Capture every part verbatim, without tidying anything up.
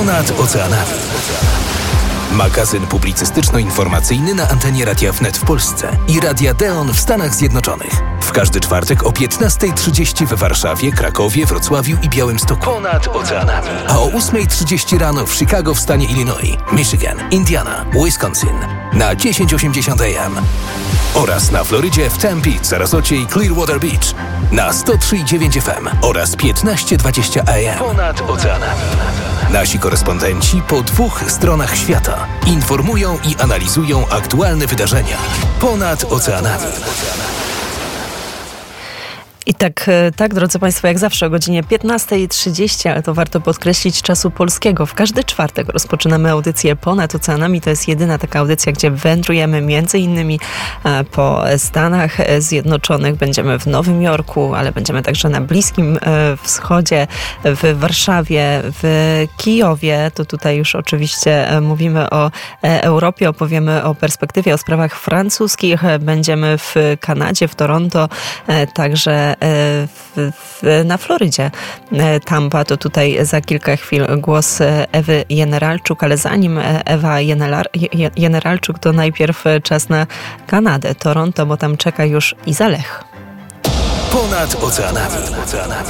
Ponad oceanami. Magazyn publicystyczno-informacyjny na antenie Radia Wnet w Polsce i Radia Deon w Stanach Zjednoczonych. W każdy czwartek o piętnasta trzydzieści w Warszawie, Krakowie, Wrocławiu i Białymstoku. Ponad oceanami. A o ósma trzydzieści rano w Chicago w stanie Illinois, Michigan, Indiana, Wisconsin na tysiąc osiemdziesiąt A M. Oraz na Florydzie w Tempe, Sarasocie i Clearwater Beach na sto trzy i dziewięć F M oraz piętnaście dwadzieścia A M. Ponad oceanami. Nasi korespondenci po dwóch stronach świata informują i analizują aktualne wydarzenia ponad oceanami. I tak, tak, drodzy Państwo, jak zawsze o godzinie piętnasta trzydzieści, ale to warto podkreślić, czasu polskiego. W każdy czwartek rozpoczynamy audycję Ponad Oceanami. To jest jedyna taka audycja, gdzie wędrujemy między innymi po Stanach Zjednoczonych. Będziemy w Nowym Jorku, ale będziemy także na Bliskim Wschodzie, w Warszawie, w Kijowie. To tutaj już oczywiście mówimy o Europie, opowiemy o perspektywie, o sprawach francuskich. Będziemy w Kanadzie, w Toronto, także W, w, na Florydzie. Tampa, to tutaj za kilka chwil głos Ewy Jeneralczuk, ale zanim Ewa Jenelar, Jeneralczuk, to najpierw czas na Kanadę, Toronto, bo tam czeka już Iza Lech. Ponad oceanami. oceanami.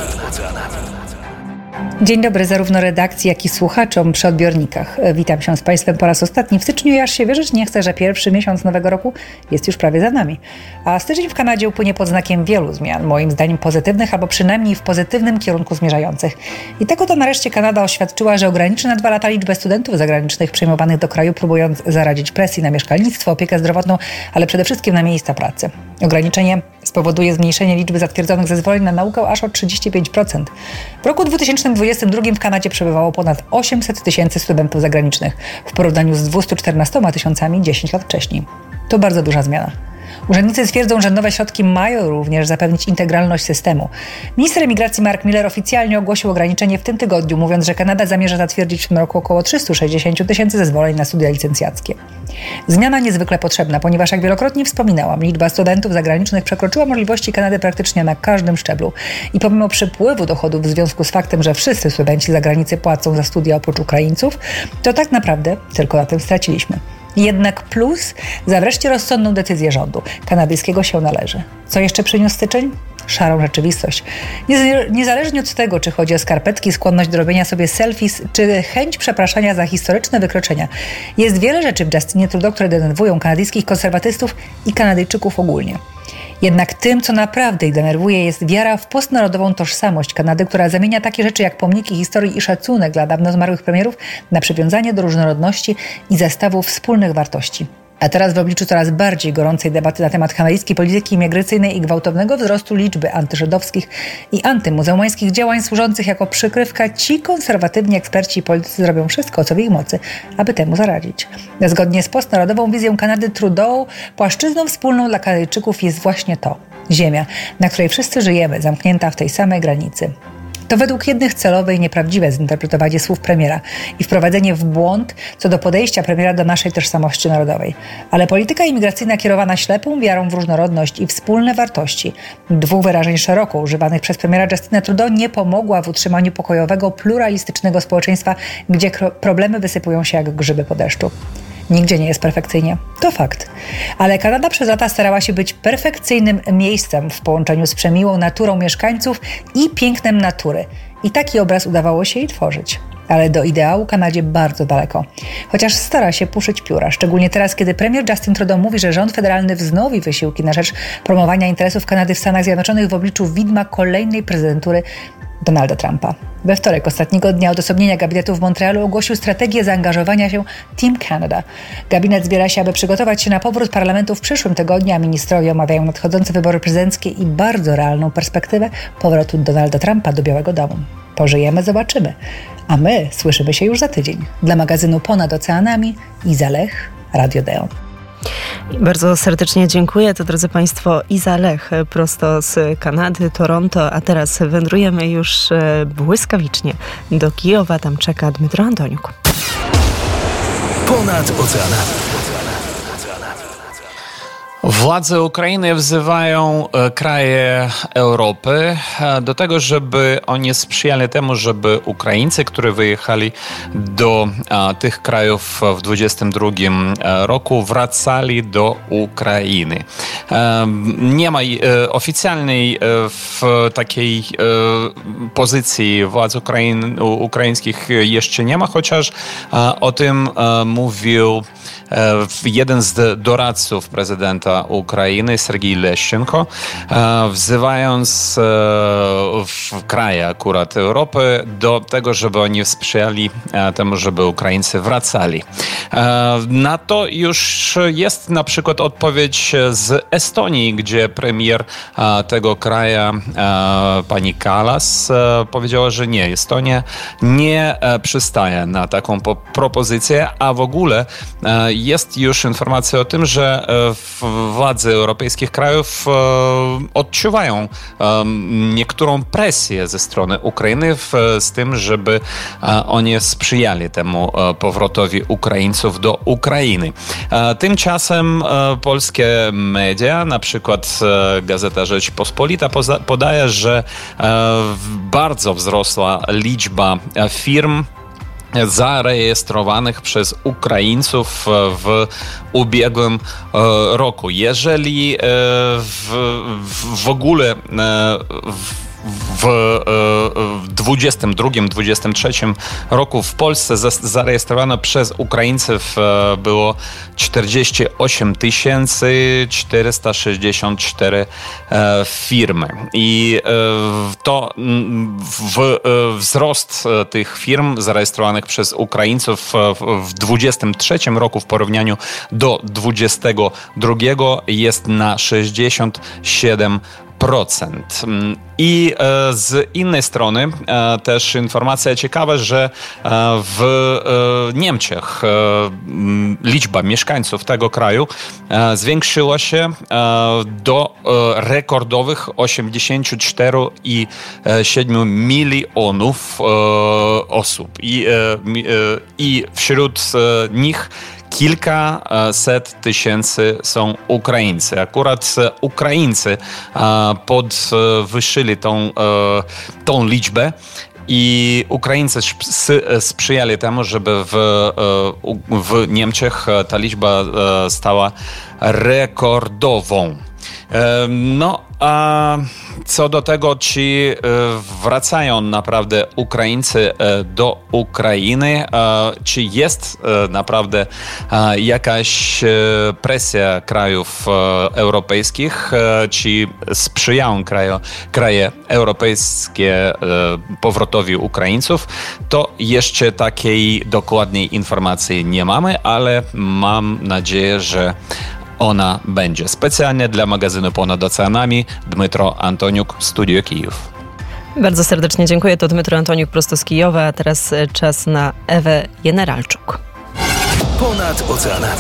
Dzień dobry zarówno redakcji, jak i słuchaczom przy odbiornikach. Witam się z Państwem po raz ostatni w styczniu i aż się wierzyć nie chcę, że pierwszy miesiąc nowego roku jest już prawie za nami. A styczeń w Kanadzie upłynie pod znakiem wielu zmian, moim zdaniem pozytywnych, albo przynajmniej w pozytywnym kierunku zmierzających. I tego to nareszcie Kanada oświadczyła, że ograniczy na dwa lata liczbę studentów zagranicznych przyjmowanych do kraju, próbując zaradzić presji na mieszkalnictwo, opiekę zdrowotną, ale przede wszystkim na miejsca pracy. Ograniczenie spowoduje zmniejszenie liczby zatwierdzonych zezwoleń na naukę aż o trzydzieści pięć procent. W roku dwa tysiące dwudziestym drugim w Kanadzie przebywało ponad osiemset tysięcy studentów zagranicznych w porównaniu z dwieście czternaście tysiącami dziesięć lat wcześniej. To bardzo duża zmiana. Urzędnicy twierdzą, że nowe środki mają również zapewnić integralność systemu. Minister emigracji Mark Miller oficjalnie ogłosił ograniczenie w tym tygodniu, mówiąc, że Kanada zamierza zatwierdzić w tym roku około trzysta sześćdziesiąt tysięcy zezwoleń na studia licencjackie. Zmiana niezwykle potrzebna, ponieważ jak wielokrotnie wspominałam, liczba studentów zagranicznych przekroczyła możliwości Kanady praktycznie na każdym szczeblu. I pomimo przypływu dochodów w związku z faktem, że wszyscy studenci z zagranicy płacą za studia oprócz Ukraińców, to tak naprawdę tylko na tym straciliśmy. Jednak plus za wreszcie rozsądną decyzję rządu kanadyjskiego się należy. Co jeszcze przyniósł styczeń? Szarą rzeczywistość. Niezależnie od tego, czy chodzi o skarpetki, skłonność do robienia sobie selfies, czy chęć przepraszania za historyczne wykroczenia, jest wiele rzeczy w Justinie Trudeau, które denerwują kanadyjskich konserwatystów i Kanadyjczyków ogólnie. Jednak tym, co naprawdę ich denerwuje, jest wiara w postnarodową tożsamość Kanady, która zamienia takie rzeczy jak pomniki historii i szacunek dla dawno zmarłych premierów na przywiązanie do różnorodności i zestawu wspólnych wartości. A teraz w obliczu coraz bardziej gorącej debaty na temat kanadyjskiej polityki imigracyjnej i gwałtownego wzrostu liczby antyżydowskich i antymuzułmańskich działań służących jako przykrywka, ci konserwatywni eksperci i politycy zrobią wszystko, co w ich mocy, aby temu zaradzić. Zgodnie z postnarodową wizją Kanady Trudeau, płaszczyzną wspólną dla Kanadyjczyków jest właśnie to – ziemia, na której wszyscy żyjemy, zamknięta w tej samej granicy. To według jednych celowe i nieprawdziwe zinterpretowanie słów premiera i wprowadzenie w błąd co do podejścia premiera do naszej tożsamości narodowej. Ale polityka imigracyjna kierowana ślepą wiarą w różnorodność i wspólne wartości, dwóch wyrażeń szeroko używanych przez premiera Justina Trudeau, nie pomogła w utrzymaniu pokojowego, pluralistycznego społeczeństwa, gdzie problemy wysypują się jak grzyby po deszczu. Nigdzie nie jest perfekcyjnie. To fakt. Ale Kanada przez lata starała się być perfekcyjnym miejscem w połączeniu z przemiłą naturą mieszkańców i pięknem natury. I taki obraz udawało się jej tworzyć. Ale do ideału Kanadzie bardzo daleko. Chociaż stara się puszyć pióra, szczególnie teraz, kiedy premier Justin Trudeau mówi, że rząd federalny wznowi wysiłki na rzecz promowania interesów Kanady w Stanach Zjednoczonych w obliczu widma kolejnej prezydentury Donalda Trumpa. We wtorek ostatniego dnia odosobnienia gabinetu w Montrealu ogłosił strategię zaangażowania się Team Canada. Gabinet zbiera się, aby przygotować się na powrót parlamentu w przyszłym tygodniu, a ministrowie omawiają nadchodzące wybory prezydenckie i bardzo realną perspektywę powrotu Donalda Trumpa do Białego Domu. Pożyjemy, zobaczymy. A my słyszymy się już za tydzień. Dla magazynu Ponad Oceanami Iza Lech, Radio Deon. Bardzo serdecznie dziękuję. To, drodzy Państwo, Iza Lech prosto z Kanady, Toronto, a teraz wędrujemy już błyskawicznie do Kijowa. Tam czeka Dmytro Antoniuk. Ponad oceanami. Władze Ukrainy wzywają kraje Europy do tego, żeby oni sprzyjali temu, żeby Ukraińcy, którzy wyjechali do tych krajów w dwudziestym drugim roku, wracali do Ukrainy. Nie ma oficjalnej w takiej pozycji władz Ukrain, ukraińskich jeszcze nie ma, chociaż o tym mówił jeden z doradców prezydenta Ukrainy, Sergiej Leszczenko, wzywając kraje akurat Europy do tego, żeby oni sprzyjali temu, żeby Ukraińcy wracali. Na to już jest na przykład odpowiedź z Estonii, gdzie premier tego kraju, pani Kallas, powiedziała, że nie, Estonia nie przystaje na taką propozycję, a w ogóle jest już informacja o tym, że władze europejskich krajów odczuwają niektórą presję ze strony Ukrainy w, z tym, żeby oni sprzyjali temu powrotowi Ukraińców do Ukrainy. Tymczasem polskie media, na przykład Gazeta Rzeczpospolita, podaje, że bardzo wzrosła liczba firm zarejestrowanych przez Ukraińców w ubiegłym roku. Jeżeli w, w ogóle w W dwudziestym drugim dwudziestym trzecim roku w Polsce zarejestrowano przez Ukraińców było czterdzieści osiem tysięcy czterysta sześćdziesiąt cztery firmy. I to w, wzrost tych firm zarejestrowanych przez Ukraińców w dwudziestym trzecim roku w porównaniu do dwudziestego drugiego jest na sześćdziesiąt siedem procent. I z innej strony też informacja ciekawa, że w Niemczech liczba mieszkańców tego kraju zwiększyła się do rekordowych osiemdziesiąt cztery przecinek siedem milionów osób. I, i wśród nich kilkaset tysięcy są Ukraińcy. Akurat Ukraińcy podwyższyli tą, tą liczbę i Ukraińcy sprzyjali temu, żeby w, w Niemczech ta liczba stała rekordową. No, a co do tego, czy wracają naprawdę Ukraińcy do Ukrainy, czy jest naprawdę jakaś presja krajów europejskich, czy sprzyjają kraje, kraje europejskie powrotowi Ukraińców, to jeszcze takiej dokładnej informacji nie mamy, ale mam nadzieję, że ona będzie. Specjalnie dla magazynu Ponad Oceanami Dmytro Antoniuk, Studio Kijów. Bardzo serdecznie dziękuję. To Dmytro Antoniuk prosto z Kijowa, a teraz czas na Ewę Jeneralczuk. Ponad Oceanami.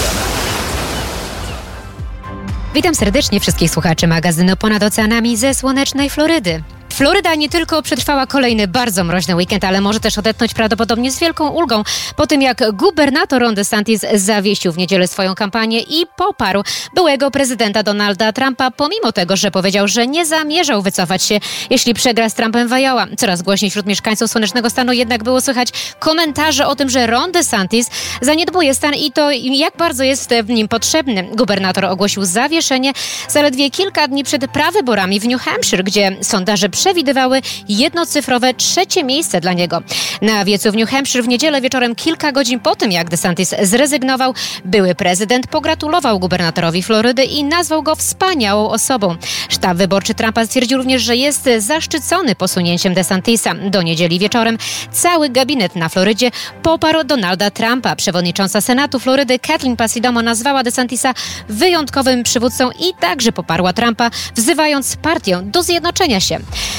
Witam serdecznie wszystkich słuchaczy magazynu Ponad Oceanami ze słonecznej Florydy. Floryda nie tylko przetrwała kolejny bardzo mroźny weekend, ale może też odetchnąć prawdopodobnie z wielką ulgą po tym, jak gubernator Ron DeSantis zawiesił w niedzielę swoją kampanię i poparł byłego prezydenta Donalda Trumpa, pomimo tego, że powiedział, że nie zamierzał wycofać się, jeśli przegra z Trumpem w Iowa. Coraz głośniej wśród mieszkańców Słonecznego Stanu jednak było słychać komentarze o tym, że Ron DeSantis zaniedbuje stan i to jak bardzo jest w nim potrzebny. Gubernator ogłosił zawieszenie zaledwie kilka dni przed prawyborami w New Hampshire, gdzie sondaże przewidywały jednocyfrowe trzecie miejsce dla niego. Na wiecu w New Hampshire w niedzielę wieczorem, kilka godzin po tym, jak DeSantis zrezygnował, były prezydent pogratulował gubernatorowi Florydy i nazwał go wspaniałą osobą. Sztab wyborczy Trumpa stwierdził również, że jest zaszczycony posunięciem DeSantisa. Do niedzieli wieczorem cały gabinet na Florydzie poparł Donalda Trumpa. Przewodnicząca Senatu Florydy Kathleen Passidomo nazwała DeSantisa wyjątkowym przywódcą i także poparła Trumpa, wzywając partię do zjednoczenia się.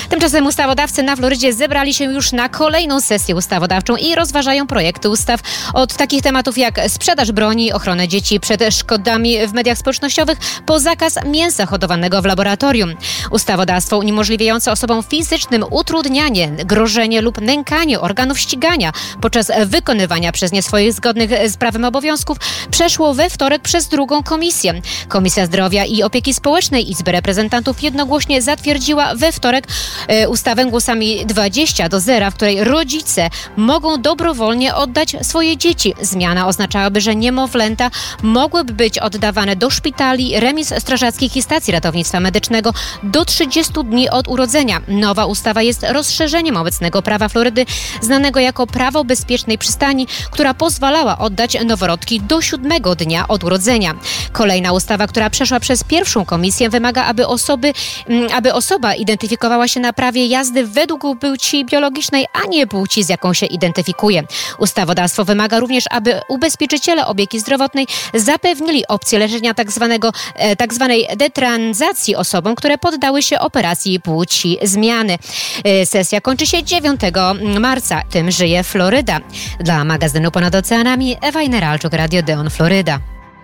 Tymczasem ustawodawcy na Florydzie zebrali się już na kolejną sesję ustawodawczą i rozważają projekty ustaw od takich tematów jak sprzedaż broni, ochronę dzieci przed szkodami w mediach społecznościowych, po zakaz mięsa hodowanego w laboratorium. Ustawodawstwo uniemożliwiające osobom fizycznym utrudnianie, grożenie lub nękanie organów ścigania podczas wykonywania przez nie swoich zgodnych z prawem obowiązków przeszło we wtorek przez drugą komisję. Komisja Zdrowia i Opieki Społecznej Izby Reprezentantów jednogłośnie zatwierdziła we wtorek e, ustawę głosami dwadzieścia do zera, w której rodzice mogą dobrowolnie oddać swoje dzieci. Zmiana oznaczałaby, że niemowlęta mogłyby być oddawane do szpitali, remiz strażackich i stacji ratownictwa medycznego do trzydziestu dni od urodzenia. Nowa ustawa jest rozszerzeniem obecnego prawa Florydy, znanego jako prawo bezpiecznej przystani, która pozwalała oddać noworodki do siódmego dnia od urodzenia. Kolejna ustawa, która przeszła przez pierwszą komisję, wymaga, aby osoby, aby osoba identyfikowała się na prawie jazdy według płci biologicznej, a nie płci, z jaką się identyfikuje. Ustawodawstwo wymaga również, aby ubezpieczyciele opieki zdrowotnej zapewnili opcję leczenia tzw. tzw. detransacji osobom, które poddały się operacji płci zmiany. Sesja kończy się dziewiątego marca. Tym żyje Floryda. Dla magazynu Ponad Oceanami Ewa Ineralczuk, Radio Deon, Floryda.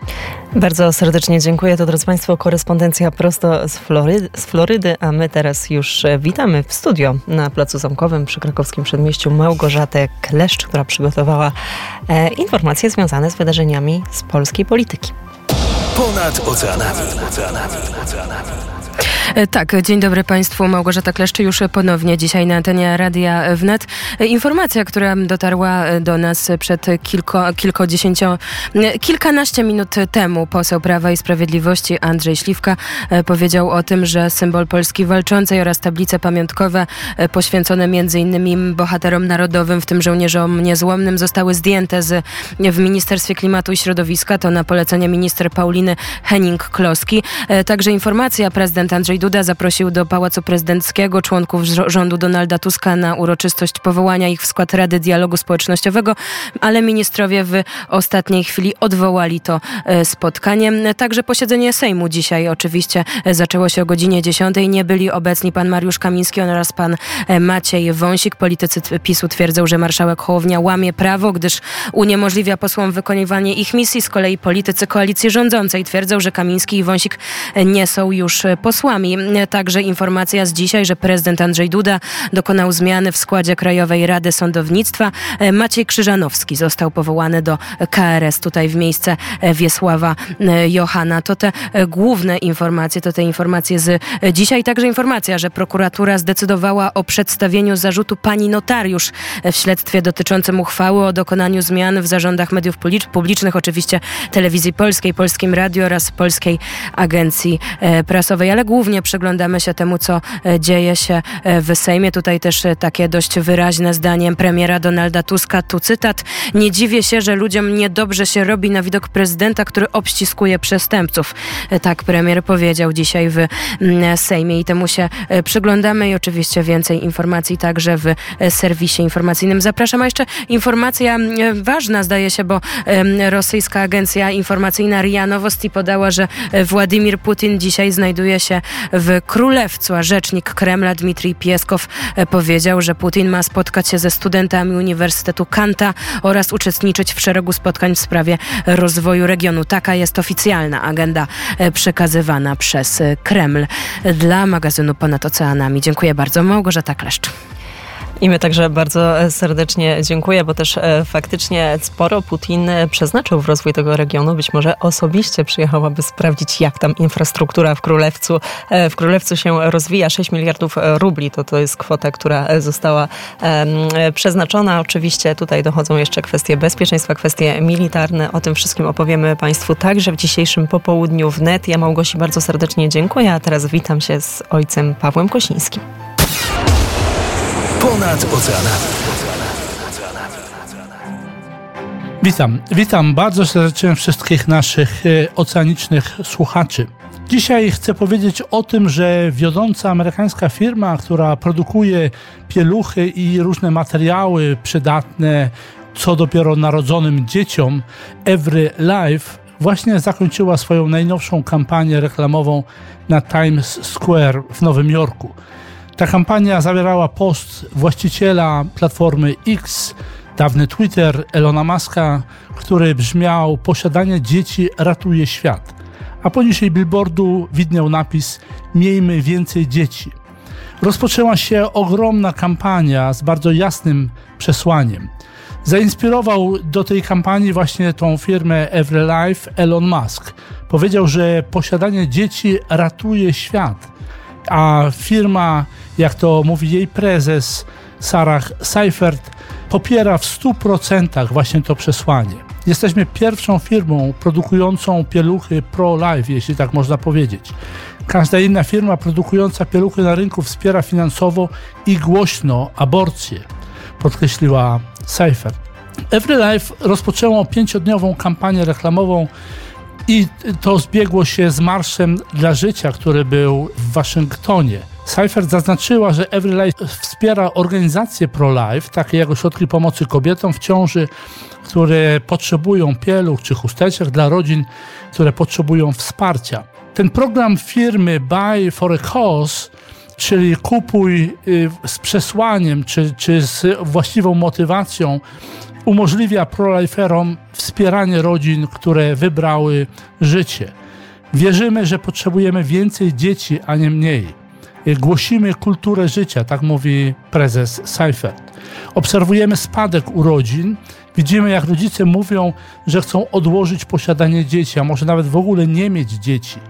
Bardzo serdecznie dziękuję. To, drodzy Państwo, korespondencja prosto z Florydy, z Florydy, a my teraz już witamy w studio na Placu Zamkowym przy krakowskim przedmieściu Małgorzatę Kleszcz, która przygotowała e, informacje związane z wydarzeniami z polskiej polityki. Ponad oceanami. oceanami. oceanami. Tak, dzień dobry Państwu. Małgorzata Kleszcz już ponownie dzisiaj na antenie Radia Wnet. Informacja, która dotarła do nas przed kilko, kilkudziesięcio, kilkanaście minut temu. Poseł Prawa i Sprawiedliwości Andrzej Śliwka powiedział o tym, że symbol Polski Walczącej oraz tablice pamiątkowe poświęcone między innymi bohaterom narodowym, w tym żołnierzom niezłomnym, zostały zdjęte z, w Ministerstwie Klimatu i Środowiska. To na polecenie minister Pauliny Henning-Kloski. Także informacja, prezydent Andrzej Duda zaprosił do Pałacu Prezydenckiego członków rządu Donalda Tuska na uroczystość powołania ich w skład Rady Dialogu Społecznościowego, ale ministrowie w ostatniej chwili odwołali to spotkanie. Także posiedzenie Sejmu dzisiaj oczywiście zaczęło się o godzinie dziesiątej. Nie byli obecni pan Mariusz Kamiński oraz pan Maciej Wąsik. Politycy PiSu twierdzą, że marszałek Hołownia łamie prawo, gdyż uniemożliwia posłom wykonywanie ich misji. Z kolei politycy koalicji rządzącej twierdzą, że Kamiński i Wąsik nie są już posłami. Także informacja z dzisiaj, że prezydent Andrzej Duda dokonał zmiany w składzie Krajowej Rady Sądownictwa. Maciej Krzyżanowski został powołany do K R S tutaj w miejsce Wiesława Johana. To te główne informacje, to te informacje z dzisiaj. Także informacja, że prokuratura zdecydowała o przedstawieniu zarzutu pani notariusz w śledztwie dotyczącym uchwały o dokonaniu zmian w zarządach mediów publicznych, oczywiście Telewizji Polskiej, Polskim Radiu oraz Polskiej Agencji Prasowej, ale głównie przyglądamy się temu, co dzieje się w Sejmie. Tutaj też takie dość wyraźne zdanie premiera Donalda Tuska. Tu cytat: nie dziwię się, że ludziom niedobrze się robi na widok prezydenta, który obściskuje przestępców. Tak premier powiedział dzisiaj w Sejmie i temu się przyglądamy i oczywiście więcej informacji także w serwisie informacyjnym. Zapraszam. A jeszcze informacja ważna, zdaje się, bo rosyjska agencja informacyjna R I A Novosti podała, że Władimir Putin dzisiaj znajduje się w Królewcu, a rzecznik Kremla Dmitrij Pieskow powiedział, że Putin ma spotkać się ze studentami Uniwersytetu Kanta oraz uczestniczyć w szeregu spotkań w sprawie rozwoju regionu. Taka jest oficjalna agenda przekazywana przez Kreml. Dla magazynu Ponad Oceanami dziękuję bardzo. Małgorzata Kleszcz. I my także bardzo serdecznie dziękuję, bo też e, faktycznie sporo Putin przeznaczył w rozwój tego regionu. Być może osobiście przyjechał, aby sprawdzić, jak tam infrastruktura w Królewcu, e, w Królewcu się rozwija. sześć miliardów rubli to, to jest kwota, która została e, przeznaczona. Oczywiście tutaj dochodzą jeszcze kwestie bezpieczeństwa, kwestie militarne. O tym wszystkim opowiemy Państwu także w dzisiejszym popołudniu w net. Ja Małgosi bardzo serdecznie dziękuję, a teraz witam się z ojcem Pawłem Kosińskim. Ponad oceanami. Witam, witam bardzo serdecznie wszystkich naszych e, oceanicznych słuchaczy. Dzisiaj chcę powiedzieć o tym, że wiodąca amerykańska firma, która produkuje pieluchy i różne materiały przydatne co dopiero narodzonym dzieciom, Every Life, właśnie zakończyła swoją najnowszą kampanię reklamową na Times Square w Nowym Jorku. Ta kampania zawierała post właściciela platformy X, dawny Twitter, Elona Muska, który brzmiał: posiadanie dzieci ratuje świat. A poniżej billboardu widniał napis: miejmy więcej dzieci. Rozpoczęła się ogromna kampania z bardzo jasnym przesłaniem. Zainspirował do tej kampanii właśnie tą firmę EveryLife Elon Musk. Powiedział, że posiadanie dzieci ratuje świat, a firma, jak to mówi jej prezes Sarah Seifert, popiera w stu procentach właśnie to przesłanie. Jesteśmy pierwszą firmą produkującą pieluchy pro-life, jeśli tak można powiedzieć. Każda inna firma produkująca pieluchy na rynku wspiera finansowo i głośno aborcję, podkreśliła Seifert. EveryLife rozpoczęło pięciodniową kampanię reklamową i to zbiegło się z Marszem dla Życia, który był w Waszyngtonie. Seifert zaznaczyła, że EveryLife wspiera organizacje pro-life, takie jak ośrodki pomocy kobietom w ciąży, które potrzebują pieluch czy chusteczek, dla rodzin, które potrzebują wsparcia. Ten program firmy Buy for a Cause, czyli kupuj z przesłaniem czy, czy z właściwą motywacją, umożliwia pro-liferom wspieranie rodzin, które wybrały życie. Wierzymy, że potrzebujemy więcej dzieci, a nie mniej. Głosimy kulturę życia, tak mówi prezes Seifert. Obserwujemy spadek urodzin. Widzimy, jak rodzice mówią, że chcą odłożyć posiadanie dzieci, a może nawet w ogóle nie mieć dzieci.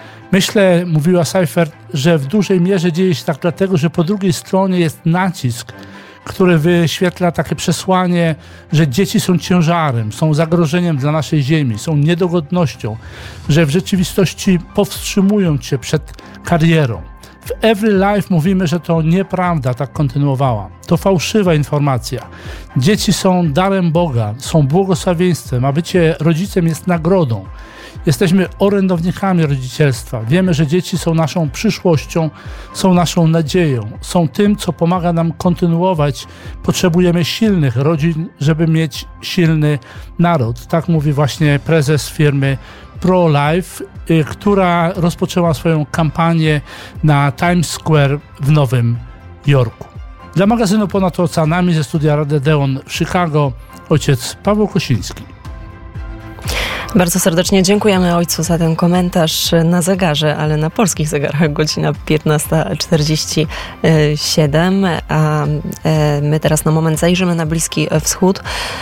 Myślę, mówiła Seifert, że w dużej mierze dzieje się tak dlatego, że po drugiej stronie jest nacisk, który wyświetla takie przesłanie, że dzieci są ciężarem, są zagrożeniem dla naszej ziemi, są niedogodnością, że w rzeczywistości powstrzymują cię przed karierą. W EveryLife mówimy, że to nieprawda, tak kontynuowała. To fałszywa informacja. Dzieci są darem Boga, są błogosławieństwem, a bycie rodzicem jest nagrodą. Jesteśmy orędownikami rodzicielstwa. Wiemy, że dzieci są naszą przyszłością, są naszą nadzieją, są tym, co pomaga nam kontynuować. Potrzebujemy silnych rodzin, żeby mieć silny naród. Tak mówi właśnie prezes firmy pro-life, y, która rozpoczęła swoją kampanię na Times Square w Nowym Jorku. Dla magazynu Ponad Oceanami ze studia Radia Deon w Chicago ojciec Paweł Kosiński. Bardzo serdecznie dziękujemy ojcu za ten komentarz na zegarze, ale na polskich zegarach godzina piętnasta czterdzieści siedem, a my teraz na moment zajrzymy na Bliski Wschód.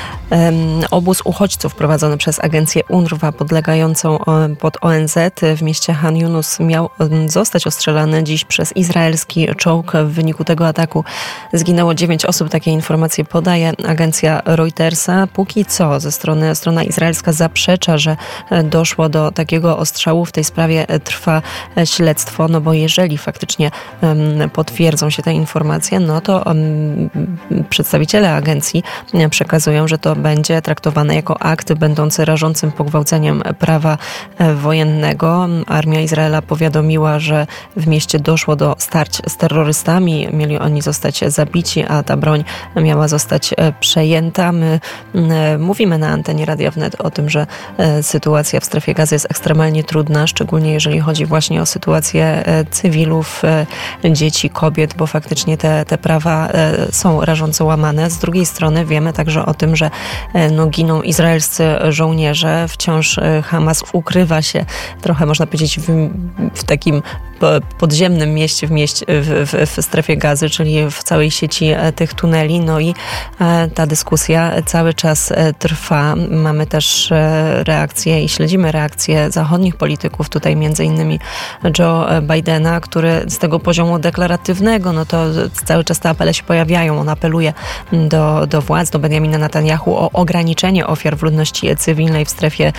Obóz uchodźców prowadzony przez agencję UNRWA podlegającą pod O N Z w mieście Han Yunus miał zostać ostrzelany dziś przez izraelski czołg. W wyniku tego ataku zginęło dziewięć osób. Takie informacje podaje agencja Reutersa. Póki co ze strony strona izraelska zaprzecza, że doszło do takiego ostrzału. W tej sprawie trwa śledztwo, no bo jeżeli faktycznie potwierdzą się te informacje, no to przedstawiciele agencji przekazują, że to będzie traktowane jako akt będący rażącym pogwałceniem prawa wojennego. Armia Izraela powiadomiła, że w mieście doszło do starć z terrorystami. Mieli oni zostać zabici, a ta broń miała zostać przejęta. My mówimy na antenie Radia Wnet o tym, że sytuacja w strefie Gazy jest ekstremalnie trudna, szczególnie jeżeli chodzi właśnie o sytuację cywilów, dzieci, kobiet, bo faktycznie te, te prawa są rażąco łamane. Z drugiej strony wiemy także o tym, że no, giną izraelscy żołnierze. Wciąż Hamas ukrywa się trochę, można powiedzieć, w, w takim podziemnym mieście, w, mieście w, w, w strefie Gazy, czyli w całej sieci tych tuneli. No i ta dyskusja cały czas trwa. Mamy też reakcje i śledzimy reakcje zachodnich polityków, tutaj między innymi Joe Bidena, który z tego poziomu deklaratywnego, no to cały czas te apele się pojawiają. On apeluje do, do władz, do Benjamina Netanyahu o ograniczenie ofiar w ludności cywilnej w strefie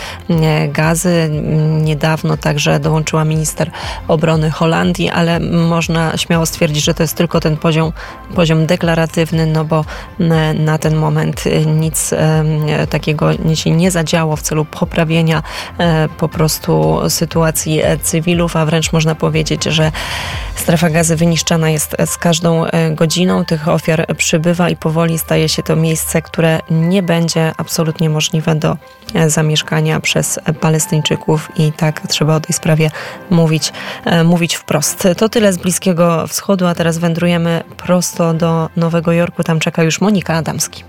Gazy. Niedawno także dołączyła minister obrony Holandii, ale można śmiało stwierdzić, że to jest tylko ten poziom, poziom deklaratywny, no bo na ten moment nic takiego się nie zadziało w celu poprawienia po prostu sytuacji cywilów, a wręcz można powiedzieć, że strefa Gazy wyniszczana jest z każdą godziną. Tych ofiar przybywa i powoli staje się to miejsce, które nie będzie absolutnie możliwe do zamieszkania przez Palestyńczyków i tak trzeba o tej sprawie mówić, mówić mówić wprost. To tyle z Bliskiego Wschodu, a teraz wędrujemy prosto do Nowego Jorku. Tam czeka już Monika Adamski.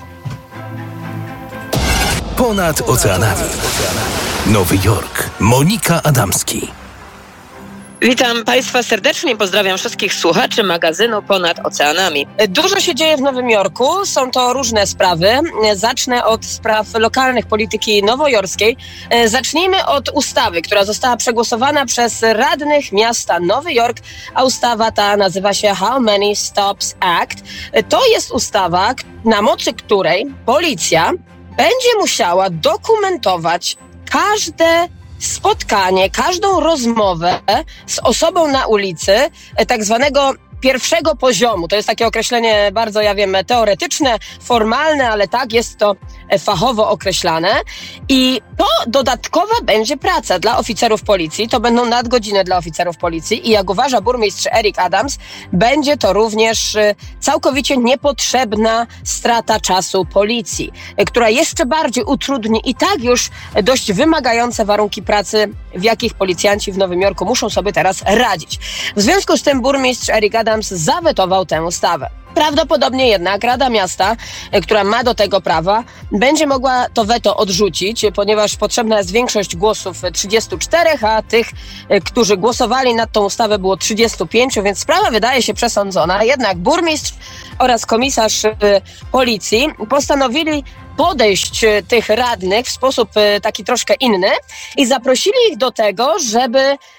Ponad oceanami. Nowy Jork. Monika Adamski. Witam Państwa serdecznie, pozdrawiam wszystkich słuchaczy magazynu Ponad Oceanami. Dużo się dzieje w Nowym Jorku, są to różne sprawy. Zacznę od spraw lokalnych polityki nowojorskiej. Zacznijmy od ustawy, która została przegłosowana przez radnych miasta Nowy Jork, a ustawa ta nazywa się How Many Stops Act. To jest ustawa, na mocy której policja będzie musiała dokumentować każde spotkanie, każdą rozmowę z osobą na ulicy tak zwanego pierwszego poziomu. To jest takie określenie bardzo, ja wiem, teoretyczne, formalne, ale tak jest to fachowo określane. I to dodatkowa będzie praca dla oficerów policji. To będą nadgodziny dla oficerów policji i jak uważa burmistrz Eric Adams, będzie to również całkowicie niepotrzebna strata czasu policji, która jeszcze bardziej utrudni i tak już dość wymagające warunki pracy, w jakich policjanci w Nowym Jorku muszą sobie teraz radzić. W związku z tym burmistrz Eric Adams zawetował tę ustawę. Prawdopodobnie jednak Rada Miasta, która ma do tego prawa, będzie mogła to weto odrzucić, ponieważ potrzebna jest większość głosów trzydziestu czterech, a tych, którzy głosowali nad tą ustawę, było trzydziestu pięciu, więc sprawa wydaje się przesądzona. Jednak burmistrz oraz komisarz policji postanowili podejść tych radnych w sposób taki troszkę inny i zaprosili ich do tego, żeby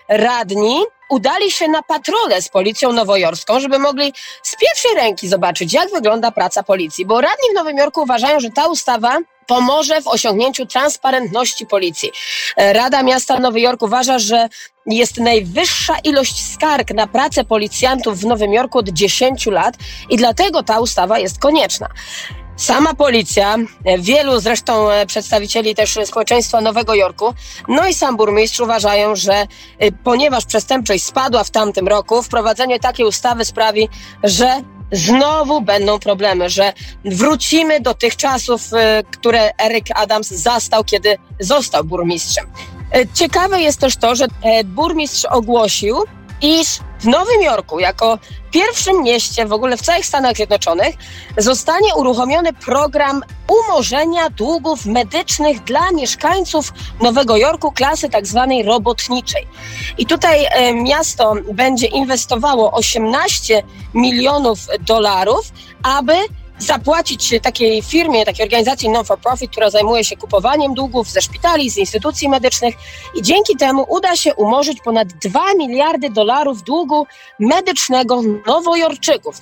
radni udali się na patrolę z policją nowojorską, żeby mogli z pierwszej ręki zobaczyć, jak wygląda praca policji. Bo radni w Nowym Jorku uważają, że ta ustawa pomoże w osiągnięciu transparentności policji. Rada Miasta Nowy Jork uważa, że jest najwyższa ilość skarg na pracę policjantów w Nowym Jorku od dziesięciu lat i dlatego ta ustawa jest konieczna. Sama policja, wielu zresztą przedstawicieli też społeczeństwa Nowego Jorku, no i sam burmistrz uważają, że ponieważ przestępczość spadła w tamtym roku, wprowadzenie takiej ustawy sprawi, że znowu będą problemy, że wrócimy do tych czasów, które Eric Adams zastał, kiedy został burmistrzem. Ciekawe jest też to, że burmistrz ogłosił, iż w Nowym Jorku, jako pierwszym mieście w ogóle w całych Stanach Zjednoczonych, zostanie uruchomiony program umorzenia długów medycznych dla mieszkańców Nowego Jorku klasy tak zwanej robotniczej. I tutaj e, miasto będzie inwestowało osiemnaście milionów dolarów, aby zapłacić takiej firmie, takiej organizacji non-for-profit, która zajmuje się kupowaniem długów ze szpitali, z instytucji medycznych i dzięki temu uda się umorzyć ponad dwa miliardy dolarów długu medycznego nowojorczyków.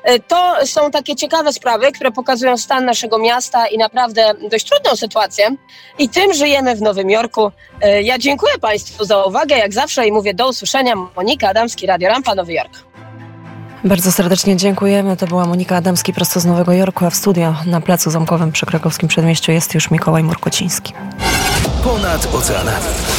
To są takie ciekawe sprawy, które pokazują stan naszego miasta i naprawdę dość trudną sytuację. I tym żyjemy w Nowym Jorku. Ja dziękuję Państwu za uwagę, jak zawsze i mówię do usłyszenia. Monika Adamski, Radio Rampa, Nowy Jork. Bardzo serdecznie dziękujemy. To była Monika Adamski prosto z Nowego Jorku, a w studio na Placu Zamkowym przy Krakowskim Przedmieściu jest już Mikołaj Murkociński. Ponad oceanami.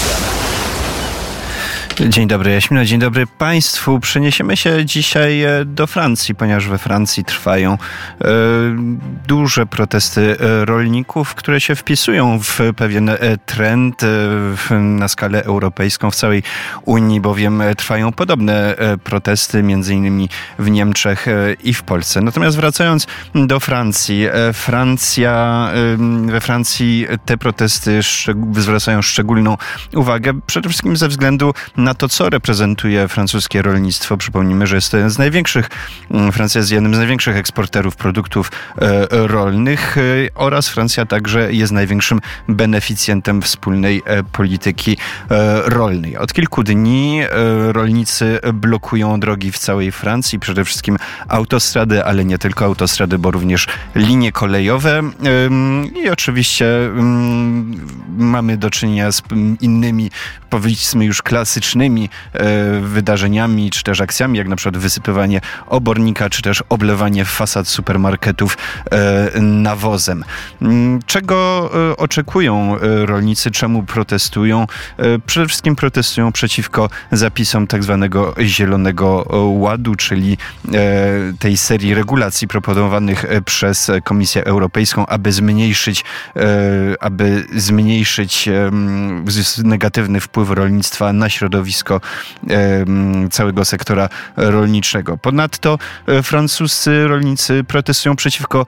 Dzień dobry Jaśmino, dzień dobry Państwu. Przeniesiemy się dzisiaj do Francji, ponieważ we Francji trwają e, duże protesty rolników, które się wpisują w pewien trend e, na skalę europejską. W całej Unii bowiem trwają podobne protesty, między innymi w Niemczech i w Polsce. Natomiast wracając do Francji, Francja, e, we Francji te protesty szczeg- zwracają szczególną uwagę, przede wszystkim ze względu na to, co reprezentuje francuskie rolnictwo. Przypomnijmy, że jest to jeden z największych, Francja jest jednym z największych eksporterów produktów e, rolnych e, oraz Francja także jest największym beneficjentem wspólnej e, polityki e, rolnej. Od kilku dni e, rolnicy blokują drogi w całej Francji, przede wszystkim autostrady, ale nie tylko autostrady, bo również linie kolejowe e, i oczywiście e, mamy do czynienia z innymi, powiedzmy już klasycznymi wydarzeniami, czy też akcjami, jak na przykład wysypywanie obornika, czy też oblewanie fasad supermarketów nawozem. Czego oczekują rolnicy? Czemu protestują? Przede wszystkim protestują przeciwko zapisom tak zwanego Zielonego Ładu, czyli tej serii regulacji proponowanych przez Komisję Europejską, aby zmniejszyć, aby zmniejszyć negatywny wpływ rolnictwa na środowisko środowisko całego sektora rolniczego. Ponadto francuscy rolnicy protestują przeciwko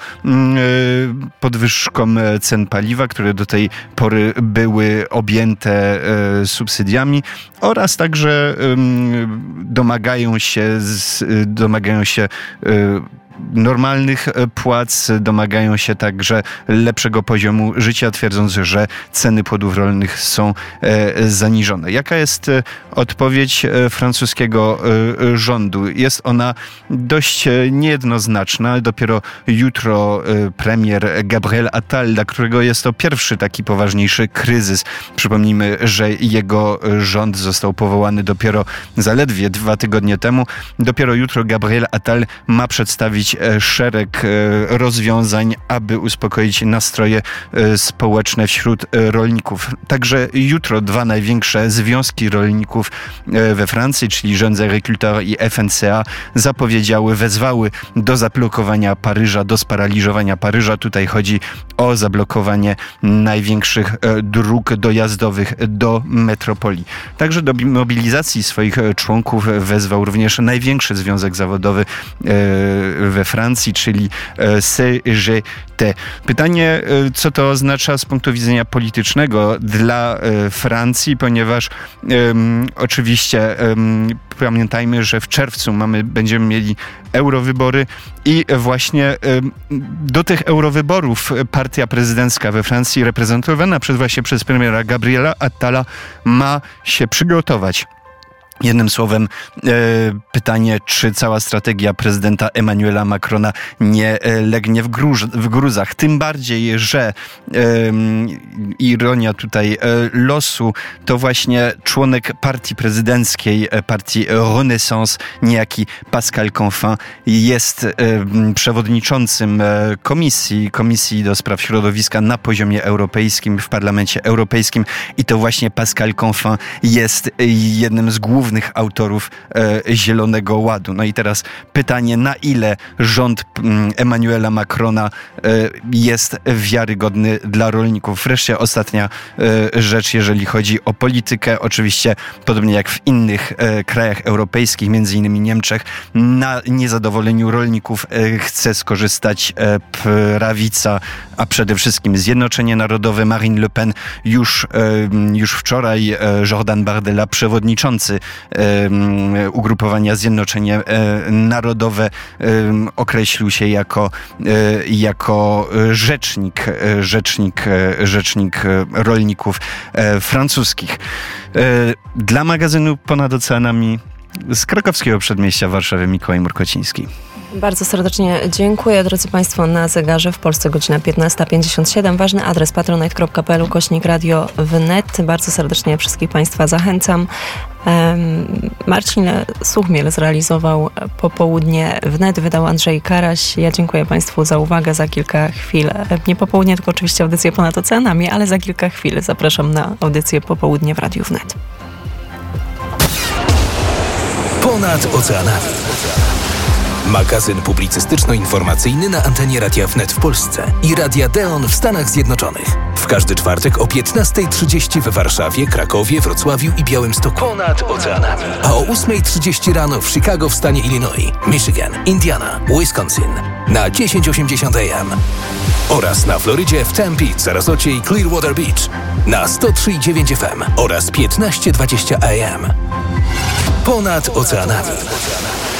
podwyżkom cen paliwa, które do tej pory były objęte subsydiami, oraz także domagają się, domagają się normalnych płac, domagają się także lepszego poziomu życia, twierdząc, że ceny płodów rolnych są zaniżone. Jaka jest odpowiedź francuskiego rządu? Jest ona dość niejednoznaczna. Dopiero jutro premier Gabriel Attal, dla którego jest to pierwszy taki poważniejszy kryzys. Przypomnijmy, że jego rząd został powołany dopiero zaledwie dwa tygodnie temu. Dopiero jutro Gabriel Attal ma przedstawić szereg rozwiązań, aby uspokoić nastroje społeczne wśród rolników. Także jutro dwa największe związki rolników we Francji, czyli Jeunes Agriculteurs i F N C A, zapowiedziały, wezwały do zablokowania Paryża, do sparaliżowania Paryża. Tutaj chodzi o zablokowanie największych dróg dojazdowych do metropolii. Także do mobilizacji swoich członków wezwał również największy związek zawodowy we Francji, czyli C G T. Pytanie, co to oznacza z punktu widzenia politycznego dla Francji, ponieważ um, oczywiście um, pamiętajmy, że w czerwcu mamy, będziemy mieli eurowybory i właśnie um, do tych eurowyborów partia prezydencka we Francji, reprezentowana przez właśnie przez premiera Gabriela Attala, ma się przygotować. Jednym słowem, e, pytanie, czy cała strategia prezydenta Emmanuela Macrona nie e, legnie w, gruż, w gruzach. Tym bardziej, że e, ironia tutaj e, losu, to właśnie członek partii prezydenckiej, e, partii Renaissance, niejaki Pascal Canfin, jest e, przewodniczącym e, komisji, komisji do spraw środowiska na poziomie europejskim, w Parlamencie Europejskim, i to właśnie Pascal Canfin jest jednym z głównych autorów e, Zielonego Ładu. No i teraz pytanie, na ile rząd m, Emmanuela Macrona e, jest wiarygodny dla rolników. Wreszcie ostatnia e, rzecz, jeżeli chodzi o politykę. Oczywiście, podobnie jak w innych e, krajach europejskich, między innymi Niemczech, na niezadowoleniu rolników e, chce skorzystać e, prawica, a przede wszystkim Zjednoczenie Narodowe. Marine Le Pen już, e, już wczoraj, e, Jordan Bardella, przewodniczący ugrupowania Zjednoczenie Narodowe, określił się jako, jako rzecznik, rzecznik, rzecznik rolników francuskich. Dla magazynu Ponad Oceanami z krakowskiego przedmieścia Warszawy Mikołaj Murkociński. Bardzo serdecznie dziękuję, drodzy Państwo. Na zegarze w Polsce godzina piętnasta pięćdziesiąt siedem. Ważny adres patronite kropka p l ukośnik radio wnet. Bardzo serdecznie wszystkich Państwa zachęcam. Marcin Suchmiel zrealizował Popołudnie wnet, wydał Andrzej Karaś. Ja dziękuję Państwu za uwagę. Za kilka chwil, nie popołudnie, tylko oczywiście audycję Ponad Oceanami, ale za kilka chwil zapraszam na audycję Popołudnie w Radiu Wnet. Ponad Oceanami. Magazyn publicystyczno-informacyjny na antenie Radia Wnet w Polsce i Radia Deon w Stanach Zjednoczonych. W każdy czwartek o piętnasta trzydzieści we Warszawie, Krakowie, Wrocławiu i Białymstoku. Ponad Oceanami. A o ósma trzydzieści rano w Chicago w stanie Illinois, Michigan, Indiana, Wisconsin na tysiąc osiemdziesiąt A M. Oraz na Florydzie w Tempe, Sarasocie i Clearwater Beach na sto trzy i dziewięć F M oraz piętnaście dwadzieścia A M. Ponad Oceanami.